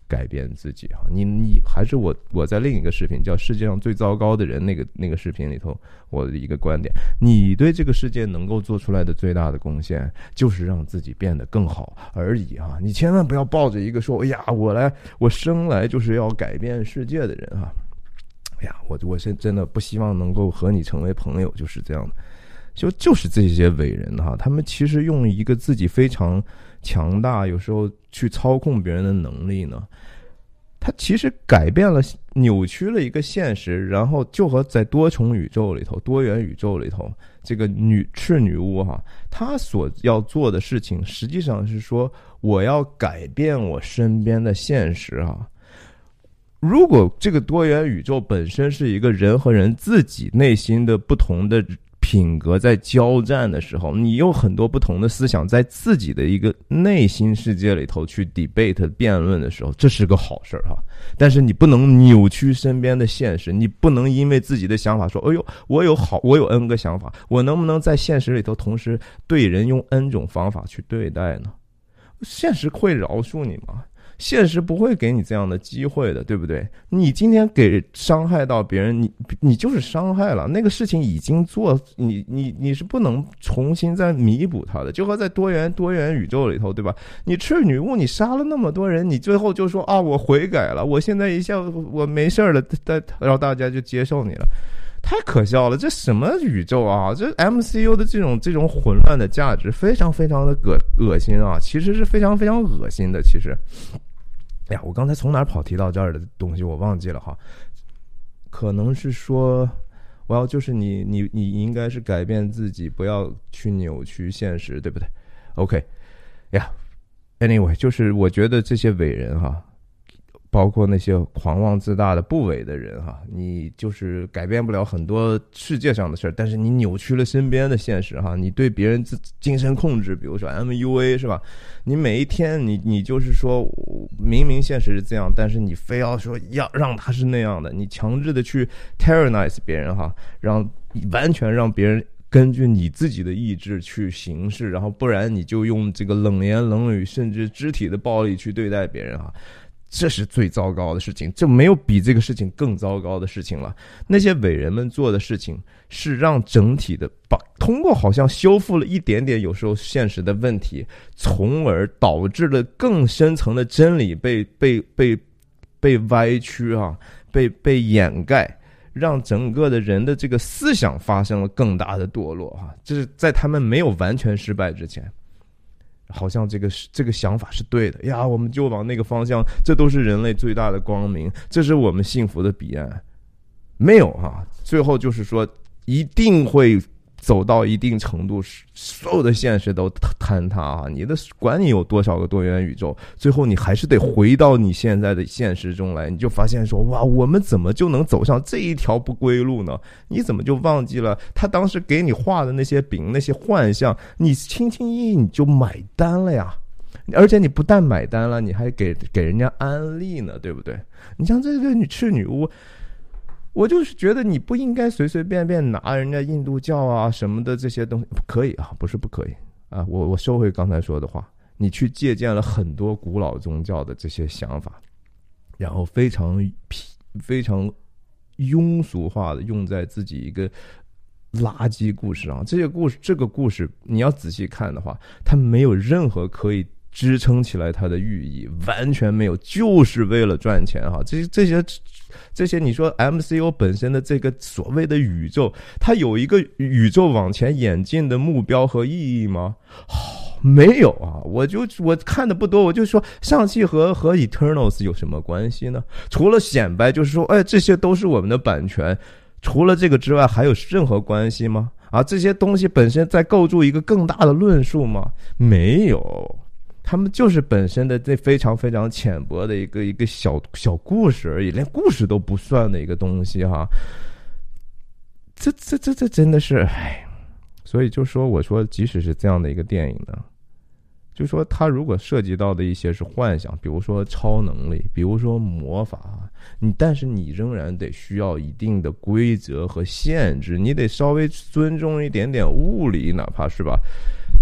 改变自己啊！你你还是我我在另一个视频叫《世界上最糟糕的人》那个那个视频里头，我的一个观点：你对这个世界能够做出来的最大的贡献，就是让自己变得更好而已啊！你千万不要抱着一个说：“哎呀，我来，我生来就是要改变世界的人啊！”哎呀，我我是真的不希望能够和你成为朋友，就是这样的。就就是这些伟人哈，他们其实用一个自己非常强大，有时候去操控别人的能力呢，他其实改变了、扭曲了一个现实，然后就和在多重宇宙里头、多元宇宙里头，这个女赤女巫哈，她所要做的事情，实际上是说我要改变我身边的现实哈。如果这个多元宇宙本身是一个人和人自己内心的不同的品格在交战的时候，你有很多不同的思想在自己的一个内心世界里头去 debate 辩论的时候，这是个好事哈。但是你不能扭曲身边的现实，你不能因为自己的想法说，哎呦，我有好，我有 N 个想法，我能不能在现实里头同时对人用 N 种方法去对待呢？现实会饶恕你吗？现实不会给你这样的机会的，对不对？你今天给伤害到别人，你你就是伤害了，那个事情已经做，你你你是不能重新再弥补它的。就和在多元多元宇宙里头，对吧？你赤女巫，你杀了那么多人，你最后就说啊，我悔改了，我现在一下我没事了，然后大家就接受你了。太可笑了，这什么宇宙啊？这 M C U 的这种这种混乱的价值非常非常的恶恶心啊，其实是非常非常恶心的。其实哎呀，我刚才从哪儿跑提到这儿的东西我忘记了哈，可能是说我要就是你你你应该是改变自己，不要去扭曲现实，对不对 ？OK 呀 ，Anyway， 就是我觉得这些伟人哈，包括那些狂妄自大的不伟的人哈，你就是改变不了很多世界上的事儿，但是你扭曲了身边的现实哈，你对别人精神控制，比如说 M U A 是吧？你每一天你你就是说明明现实是这样，但是你非要说要让他是那样的，你强制的去 tyrannize 别人哈，让完全让别人根据你自己的意志去行事，然后不然你就用这个冷言冷语甚至肢体的暴力去对待别人哈。这是最糟糕的事情，这没有比这个事情更糟糕的事情了。那些伟人们做的事情是让整体的把通过好像修复了一点点有时候现实的问题，从而导致了更深层的真理被被被被歪曲啊，被被掩盖，让整个的人的这个思想发生了更大的堕落啊！这是在他们没有完全失败之前。好像这个这个想法是对的呀，我们就往那个方向，这都是人类最大的光明，这是我们幸福的彼岸。没有啊，最后就是说一定会走到一定程度，所有的现实都坍塌啊！你的管你有多少个多元宇宙，最后你还是得回到你现在的现实中来，你就发现说，哇，我们怎么就能走上这一条不归路呢？你怎么就忘记了他当时给你画的那些饼、那些幻象，你轻轻易易你就买单了呀？而且你不但买单了，你还给给人家安利呢，对不对？你像这个女赤女巫。我就是觉得你不应该随随便便拿人家印度教啊什么的这些东西，可以啊，不是不可以啊，我我收回刚才说的话，你去借鉴了很多古老宗教的这些想法，然后非常非常庸俗化的用在自己一个垃圾故事上，这些故事这个故事你要仔细看的话，它没有任何可以支撑起来它的寓意，完全没有，就是为了赚钱哈。这这些这些你说 M C U 本身的这个所谓的宇宙，它有一个宇宙往前演进的目标和意义吗？哦，没有啊！我就我看的不多，我就说上汽和和 Eternals 有什么关系呢？除了显摆，就是说，哎，这些都是我们的版权。除了这个之外，还有任何关系吗？啊，这些东西本身在构筑一个更大的论述吗？没有。他们就是本身的这非常非常浅薄的一个一个小小故事而已，连故事都不算的一个东西哈。这这这这真的是，唉，所以就说我说，即使是这样的一个电影呢，就说它如果涉及到的一些是幻想，比如说超能力，比如说魔法，你但是你仍然得需要一定的规则和限制，你得稍微尊重一点点物理，哪怕是吧。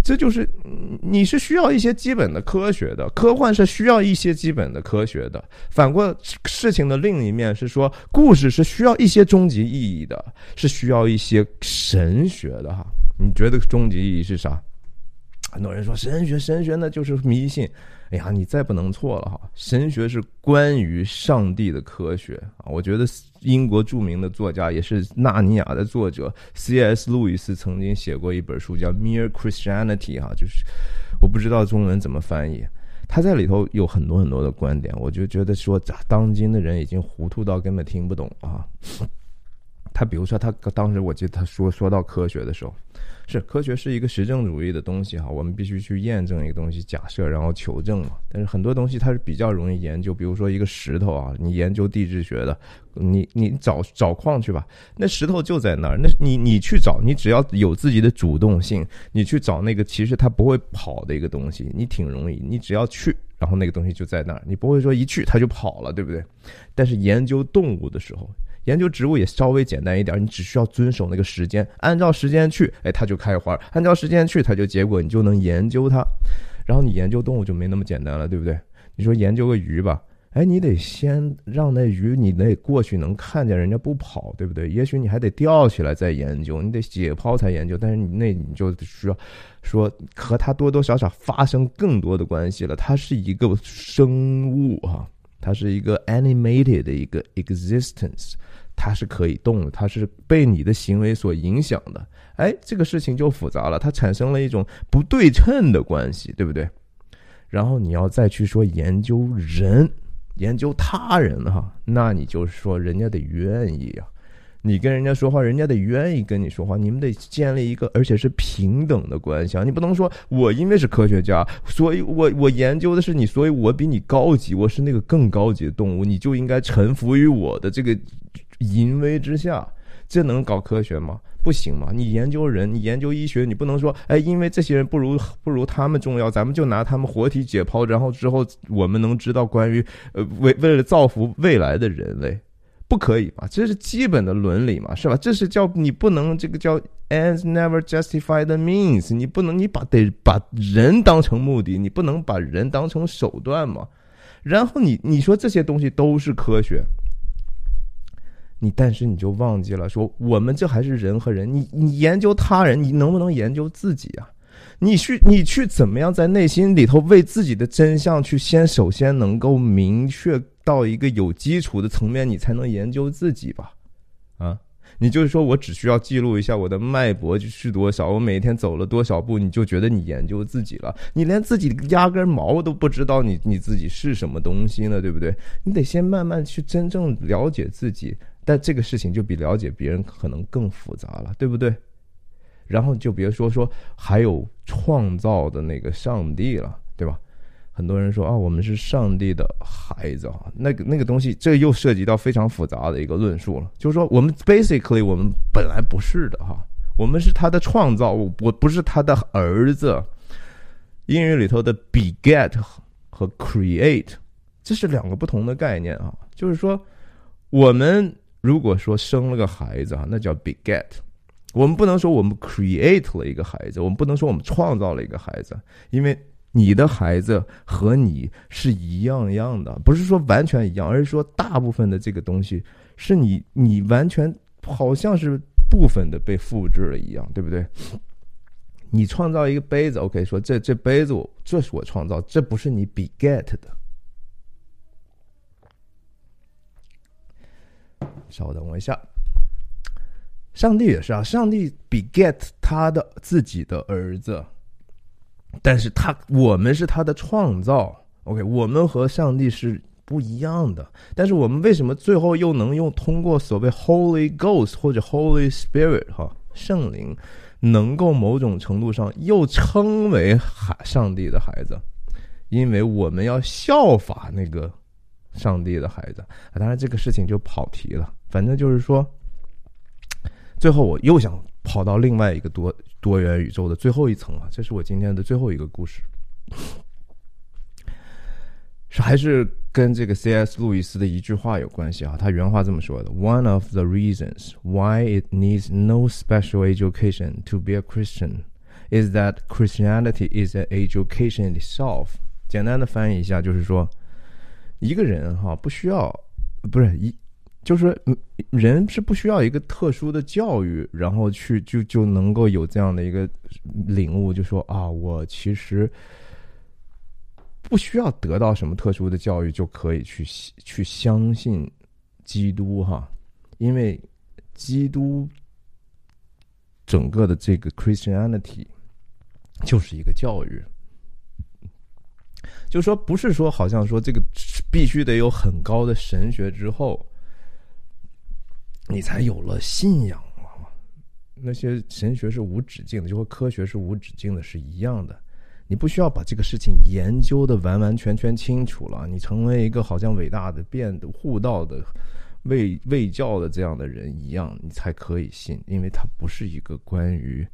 这就是你是需要一些基本的科学的，科幻是需要一些基本的科学的。反过事情的另一面是说，故事是需要一些终极意义的，是需要一些神学的哈。你觉得终极意义是啥？很多人说神学，神学那就是迷信。哎呀，你再不能错了哈！神学是关于上帝的科学啊！我觉得英国著名的作家，也是《纳尼亚》的作者 C S 路易斯曾经写过一本书叫《Mere Christianity》哈，就是我不知道中文怎么翻译。他在里头有很多很多的观点，我就觉得说，当今的人已经糊涂到根本听不懂啊。他比如说，他当时我记得他说说到科学的时候，是科学是一个实证主义的东西哈，我们必须去验证一个东西，假设然后求证嘛。但是很多东西它是比较容易研究，比如说一个石头啊，你研究地质学的，你你找找矿去吧，那石头就在那儿，那你你去找，你只要有自己的主动性，你去找那个其实它不会跑的一个东西，你挺容易，你只要去，然后那个东西就在那儿，你不会说一去它就跑了，对不对？但是研究动物的时候，研究植物也稍微简单一点，你只需要遵守那个时间，按照时间去，哎，它就开花；按照时间去，它就结果，你就能研究它。然后你研究动物就没那么简单了，对不对？你说研究个鱼吧，哎，你得先让那鱼，你得过去能看见人家不跑，对不对？也许你还得吊起来再研究，你得解剖才研究，但是你那你就需要说和它多多少少发生更多的关系了。它是一个生物哈，它是一个 animated 的一个 existence。它是可以动的，它是被你的行为所影响的，哎，这个事情就复杂了，它产生了一种不对称的关系，对不对？然后你要再去说研究人，研究他人哈，那你就是说人家得愿意啊，你跟人家说话，人家得愿意跟你说话，你们得建立一个而且是平等的关系啊！你不能说我因为是科学家，所以我我研究的是你，所以我比你高级，我是那个更高级的动物，你就应该臣服于我的这个淫威之下，这能搞科学吗？不行嘛！你研究人，你研究医学，你不能说，哎，因为这些人不如不如他们重要，咱们就拿他们活体解剖，然后之后我们能知道关于呃为为了造福未来的人类，不可以嘛？这是基本的伦理嘛，是吧？这是叫你不能这个叫 ends never justify the means， 你不能你把得把人当成目的，你不能把人当成手段嘛。然后你你说这些东西都是科学。你但是你就忘记了说，我们这还是人和人，你你研究他人，你能不能研究自己啊？你去你去怎么样在内心里头为自己的真相去先首先能够明确到一个有基础的层面，你才能研究自己吧？啊，你就是说我只需要记录一下我的脉搏是多少，我每天走了多少步，你就觉得你研究自己了？你连自己压根毛都不知道你你自己是什么东西呢，对不对？你得先慢慢去真正了解自己。但这个事情就比了解别人可能更复杂了，对不对？然后就别说说还有创造的那个上帝了，对吧？很多人说啊，我们是上帝的孩子啊，那个那个东西，这又涉及到非常复杂的一个论述了。就是说，我们 basically 我们本来不是的哈，我们是他的创造，我不是他的儿子。英语里头的 beget 和 create， 这是两个不同的概念啊。就是说，我们如果说生了个孩子啊，那叫 beget， 我们不能说我们 create 了一个孩子，我们不能说我们创造了一个孩子，因为你的孩子和你是一样样的，不是说完全一样，而是说大部分的这个东西是你你完全好像是部分的被复制了一样，对不对？你创造一个杯子 ，OK， 说这这杯子我这是我创造，这不是你 beget 的。稍等我一下，上帝也是啊，上帝 beget 他的自己的儿子，但是他我们是他的创造 ，OK， 我们和上帝是不一样的，但是我们为什么最后又能用通过所谓 Holy Ghost 或者 Holy Spirit 哈圣灵，能够某种程度上又称为上帝的孩子？因为我们要效法那个上帝的孩子，当然这个事情就跑题了。反正就是说，最后我又想跑到另外一个多多元宇宙的最后一层啊，这是我今天的最后一个故事，是还是跟这个 C S 路易斯的一句话有关系啊。他原话这么说的 ：One of the reasons why it needs no special education to be a Christian is that Christianity is an education itself。简单的翻译一下，就是说，一个人哈不需要，不是一，就是说人是不需要一个特殊的教育，然后去就就能够有这样的一个领悟，就说啊，我其实不需要得到什么特殊的教育就可以去去相信基督哈，因为基督整个的这个 Christianity 就是一个教育。就是说不是说好像说这个必须得有很高的神学之后你才有了信仰啊，那些神学是无止境的，就和科学是无止境的是一样的。你不需要把这个事情研究的完完全全清楚了，你成为一个好像伟大的辩的护道的卫卫教的这样的人一样，你才可以信，因为它不是一个关于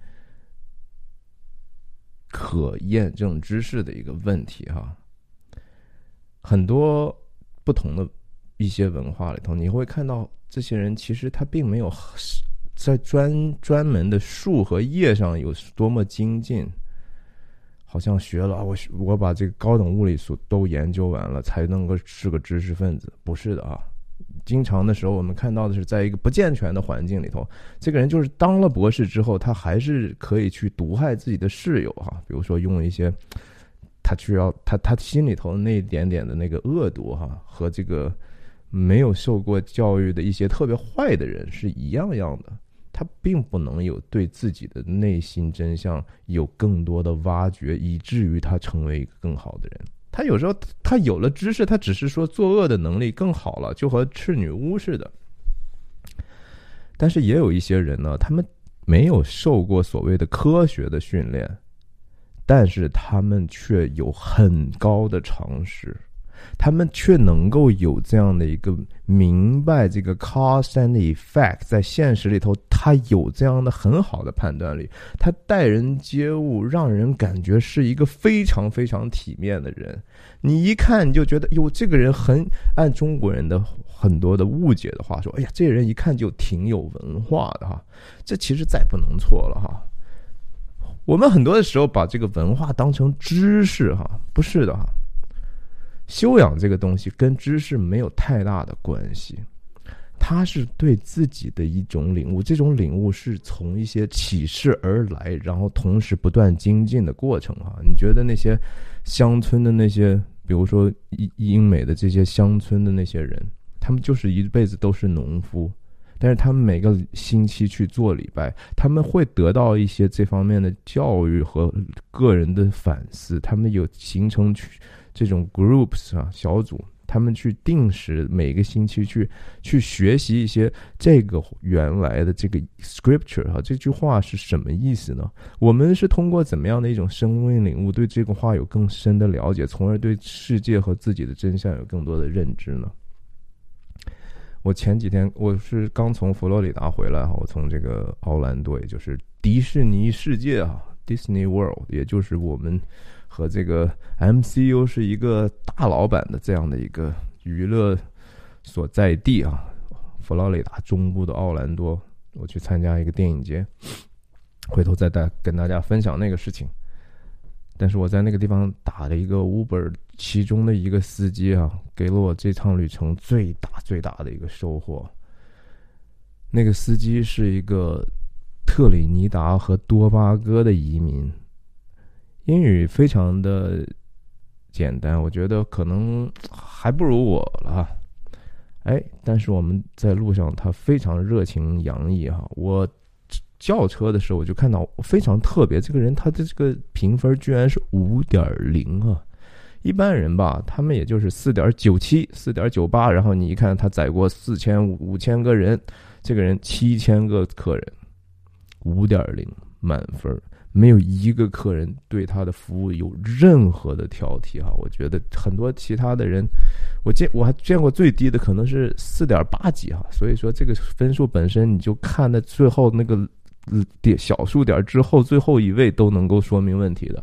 可验证知识的一个问题哈。很多不同的一些文化里头，你会看到这些人其实他并没有在专专门的术和业上有多么精进，好像学了我我把这个高等物理所都研究完了才能够是个知识分子，不是的啊。经常的时候我们看到的是在一个不健全的环境里头，这个人就是当了博士之后他还是可以去毒害自己的室友哈，比如说用一些他需要他他心里头那一点点的那个恶毒哈，和这个没有受过教育的一些特别坏的人是一样样的，他并不能有对自己的内心真相有更多的挖掘，以至于他成为一个更好的人。他有时候他有了知识，他只是说作恶的能力更好了，就和赤女巫似的。但是也有一些人呢，他们没有受过所谓的科学的训练，但是他们却有很高的常识，他们却能够有这样的一个明白这个 cause and effect， 在现实里头他有这样的很好的判断力，他待人接物让人感觉是一个非常非常体面的人，你一看你就觉得哟，这个人很按中国人的很多的误解的话说，哎呀，这个人一看就挺有文化的哈，这其实再不能错了哈。我们很多的时候把这个文化当成知识哈，不是的哈。修养这个东西跟知识没有太大的关系，它是对自己的一种领悟，这种领悟是从一些启示而来，然后同时不断精进的过程哈。你觉得那些乡村的那些，比如说英美的这些乡村的那些人，他们就是一辈子都是农夫，但是他们每个星期去做礼拜，他们会得到一些这方面的教育和个人的反思，他们有形成这种 groups 啊小组，他们去定时每个星期去去学习一些这个原来的这个 scripture 啊，这句话是什么意思呢？我们是通过怎么样的一种生命领悟，对这个话有更深的了解，从而对世界和自己的真相有更多的认知呢？我前几天我是刚从佛罗里达回来，我从这个奥兰多，也就是迪士尼世界啊 Disney World， 也就是我们和这个 M C U 是一个大老板的这样的一个娱乐所在地啊，佛罗里达中部的奥兰多，我去参加一个电影节，回头再带跟大家分享那个事情。但是我在那个地方打了一个 Uber， 其中的一个司机啊，给了我这趟旅程最大最大的一个收获。那个司机是一个特里尼达和多巴哥的移民，英语非常的简单，我觉得可能还不如我了。哎，但是我们在路上他非常热情洋溢哈，我叫车的时候我就看到非常特别，这个人他的这个评分居然是 五点零 啊，一般人吧他们也就是 四点九七 四点九八， 然后你一看他载过四千五千个人，这个人七千个客人， 五点零 满分，没有一个客人对他的服务有任何的挑剔哈。我觉得很多其他的人，我见我还见过最低的可能是 四点八 几哈。所以说这个分数本身你就看的最后那个点小数点之后最后一位都能够说明问题的。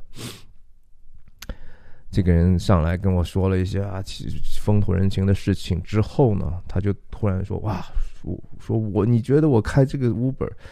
这个人上来跟我说了一些啊风土人情的事情之后呢，他就突然说哇，说我你觉得我开这个 Uber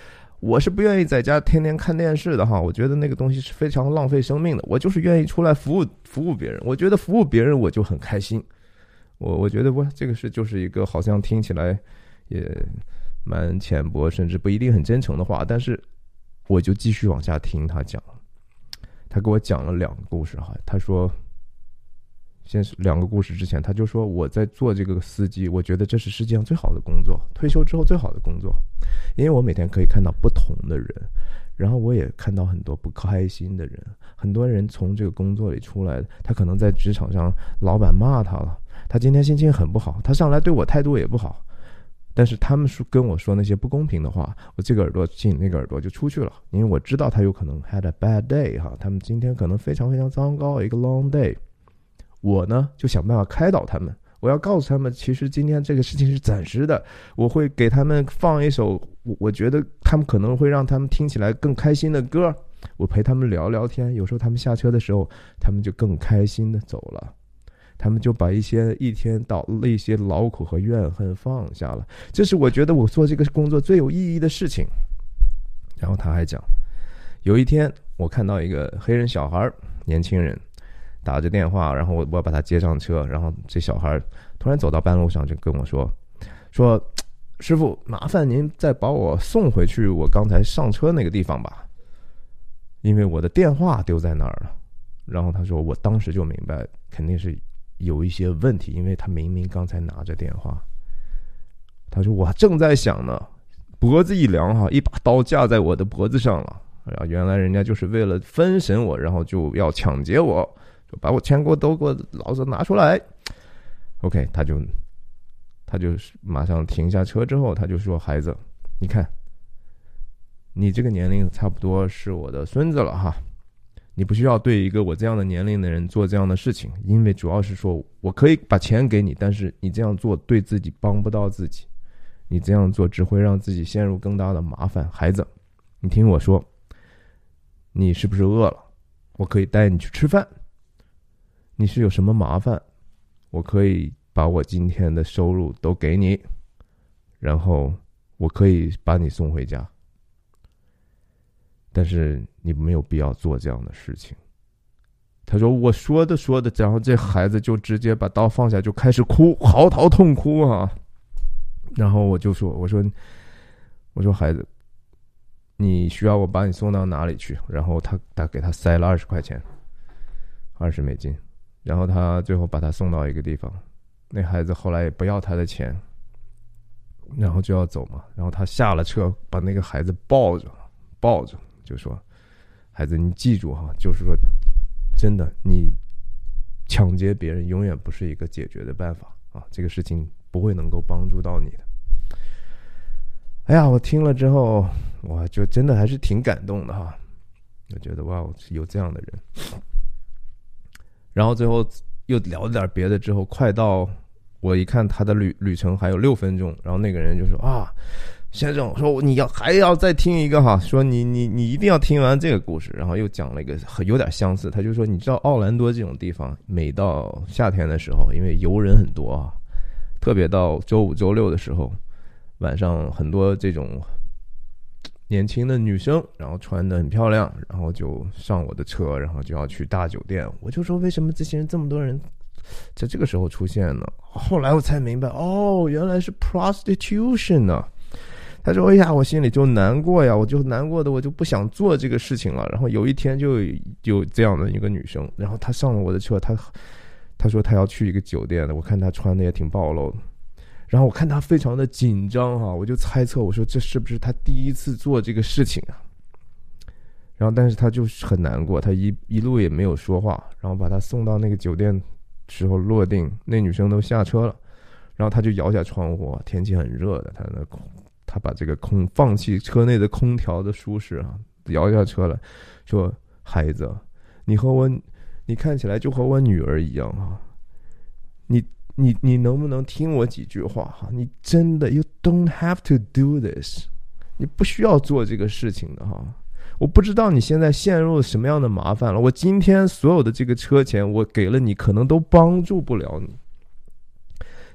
我是不愿意在家天天看电视的哈，我觉得那个东西是非常浪费生命的，我就是愿意出来服务服务别人，我觉得服务别人我就很开心。我我觉得我这个是就是一个好像听起来也蛮浅薄，甚至不一定很真诚的话，但是我就继续往下听他讲。他给我讲了两个故事哈，他说先是两个故事之前，他就说我在做这个司机，我觉得这是世界上最好的工作，退休之后最好的工作，因为我每天可以看到不同的人，然后我也看到很多不开心的人，很多人从这个工作里出来，他可能在职场上老板骂他了，他今天心情很不好，他上来对我态度也不好，但是他们说跟我说那些不公平的话，我这个耳朵进那个耳朵就出去了，因为我知道他有可能 had a bad day 哈，他们今天可能非常非常糟糕，一个 long day。我呢就想办法开导他们，我要告诉他们，其实今天这个事情是暂时的，我会给他们放一首我觉得他们可能会让他们听起来更开心的歌，我陪他们聊聊天，有时候他们下车的时候，他们就更开心的走了，他们就把一些一天到了一些劳苦和怨恨放下了，这是我觉得我做这个工作最有意义的事情。然后他还讲，有一天我看到一个黑人小孩，年轻人打着电话，然后我我把他接上车，然后这小孩突然走到半路上就跟我说说师傅，麻烦您再把我送回去我刚才上车那个地方吧，因为我的电话丢在那儿了。然后他说我当时就明白肯定是有一些问题，因为他明明刚才拿着电话。他说我正在想呢，脖子一凉哈，一把刀架在我的脖子上了，然后原来人家就是为了分审我，然后就要抢劫我，把我钱给我都给我老子拿出来。 OK， 他就他就马上停下车之后，他就说孩子，你看你这个年龄差不多是我的孙子了哈，你不需要对一个我这样的年龄的人做这样的事情，因为主要是说我可以把钱给你，但是你这样做对自己帮不到自己，你这样做只会让自己陷入更大的麻烦。孩子，你听我说，你是不是饿了？我可以带你去吃饭。你是有什么麻烦？我可以把我今天的收入都给你，然后我可以把你送回家。但是你没有必要做这样的事情。他说我说的说的，然后这孩子就直接把刀放下，就开始哭，嚎啕痛哭啊。然后我就说我说我说孩子，你需要我把你送到哪里去？然后他他给他塞了二十块钱，二十美金。然后他最后把他送到一个地方，那孩子后来也不要他的钱，然后就要走嘛。然后他下了车，把那个孩子抱着抱着就说，孩子你记住哈，就是说真的，你抢劫别人永远不是一个解决的办法啊，这个事情不会能够帮助到你的。哎呀，我听了之后我就真的还是挺感动的哈，我觉得哇，有这样的人。然后最后又聊了点别的之后，快到我一看他的旅旅程还有六分钟，然后那个人就说啊，先生，说你要还要再听一个哈，说你你你一定要听完这个故事。然后又讲了一个有点相似，他就说你知道奥兰多这种地方，每到夏天的时候，因为游人很多啊，特别到周五周六的时候，晚上很多这种年轻的女生，然后穿得很漂亮，然后就上我的车，然后就要去大酒店。我就说为什么这些人这么多人在这个时候出现呢？后来我才明白，哦，原来是 prostitution 呢。他说哎呀，我心里就难过呀，我就难过的我就不想做这个事情了。然后有一天就有这样的一个女生，然后她上了我的车，她她说她要去一个酒店的，我看她穿的也挺暴露的，然后我看他非常的紧张哈，我就猜测我说这是不是他第一次做这个事情啊？然后但是他就是很难过，他一一路也没有说话，然后把他送到那个酒店时候落定，那女生都下车了，然后他就摇下窗户，天气很热的，他那他把这个空放弃车内的空调的舒适啊，摇下车来说，孩子，你和我你看起来就和我女儿一样啊，你你你能不能听我几句话哈？你真的 you don't have to do this， 你不需要做这个事情的哈。我不知道你现在陷入了什么样的麻烦了，我今天所有的这个车钱我给了你，可能都帮助不了你。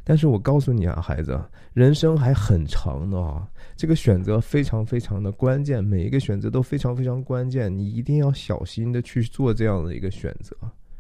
但是我告诉你啊，孩子，人生还很长的啊，这个选择非常非常的关键，每一个选择都非常非常关键，你一定要小心的去做这样的一个选择。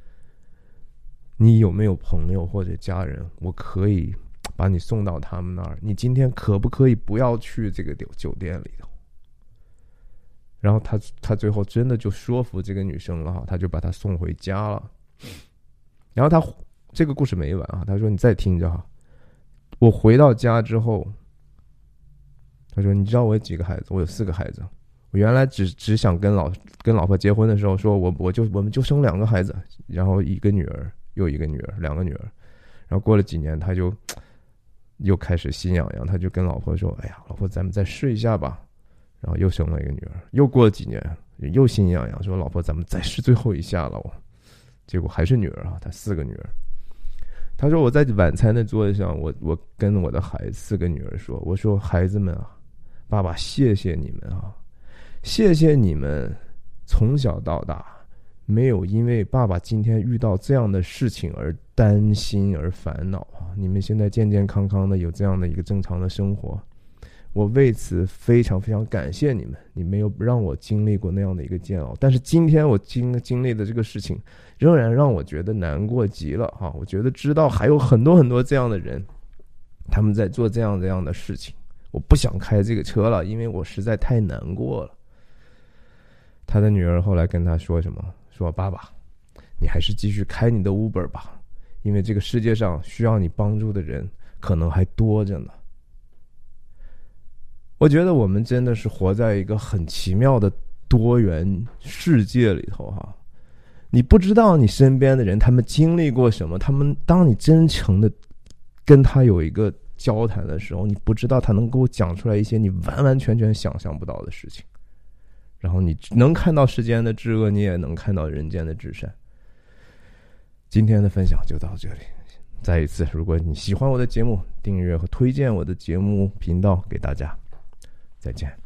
你有没有朋友或者家人，我可以把你送到他们那儿，你今天可不可以不要去这个酒店里头？然后他他最后真的就说服这个女生了哈，他就把她送回家了。然后他这个故事没完啊，他说你再听着哈，我回到家之后，他说你知道我有几个孩子？我有四个孩子。我原来只只想跟老跟老婆结婚的时候说我我就我们就生两个孩子，然后一个女儿又一个女儿，两个女儿。然后过了几年，他就又开始心痒痒，他就跟老婆说：“哎呀，老婆，咱们再试一下吧。”然后又生了一个女儿。又过了几年，又心痒痒，说：“老婆，咱们再试最后一下了。”结果还是女儿啊，他四个女儿。他说：“我在晚餐的桌子上，我我跟我的孩子四个女儿说，我说孩子们啊，爸爸谢谢你们啊，谢谢你们从小到大没有因为爸爸今天遇到这样的事情而担心而烦恼啊！你们现在健健康康的有这样的一个正常的生活，我为此非常非常感谢你们。你没有让我经历过那样的一个煎熬，但是今天我经经历的这个事情，仍然让我觉得难过极了哈！我觉得知道还有很多很多这样的人，他们在做这样这样的事情，我不想开这个车了，因为我实在太难过了。”他的女儿后来跟他说什么？说爸爸，你还是继续开你的 Uber 吧，因为这个世界上需要你帮助的人可能还多着呢。我觉得我们真的是活在一个很奇妙的多元世界里头哈。你不知道你身边的人他们经历过什么，他们当你真诚的跟他有一个交谈的时候，你不知道他能给我讲出来一些你完完全全想象不到的事情。然后你能看到世间的至恶，你也能看到人间的至善。今天的分享就到这里，再一次，如果你喜欢我的节目，订阅和推荐我的节目频道给大家，再见。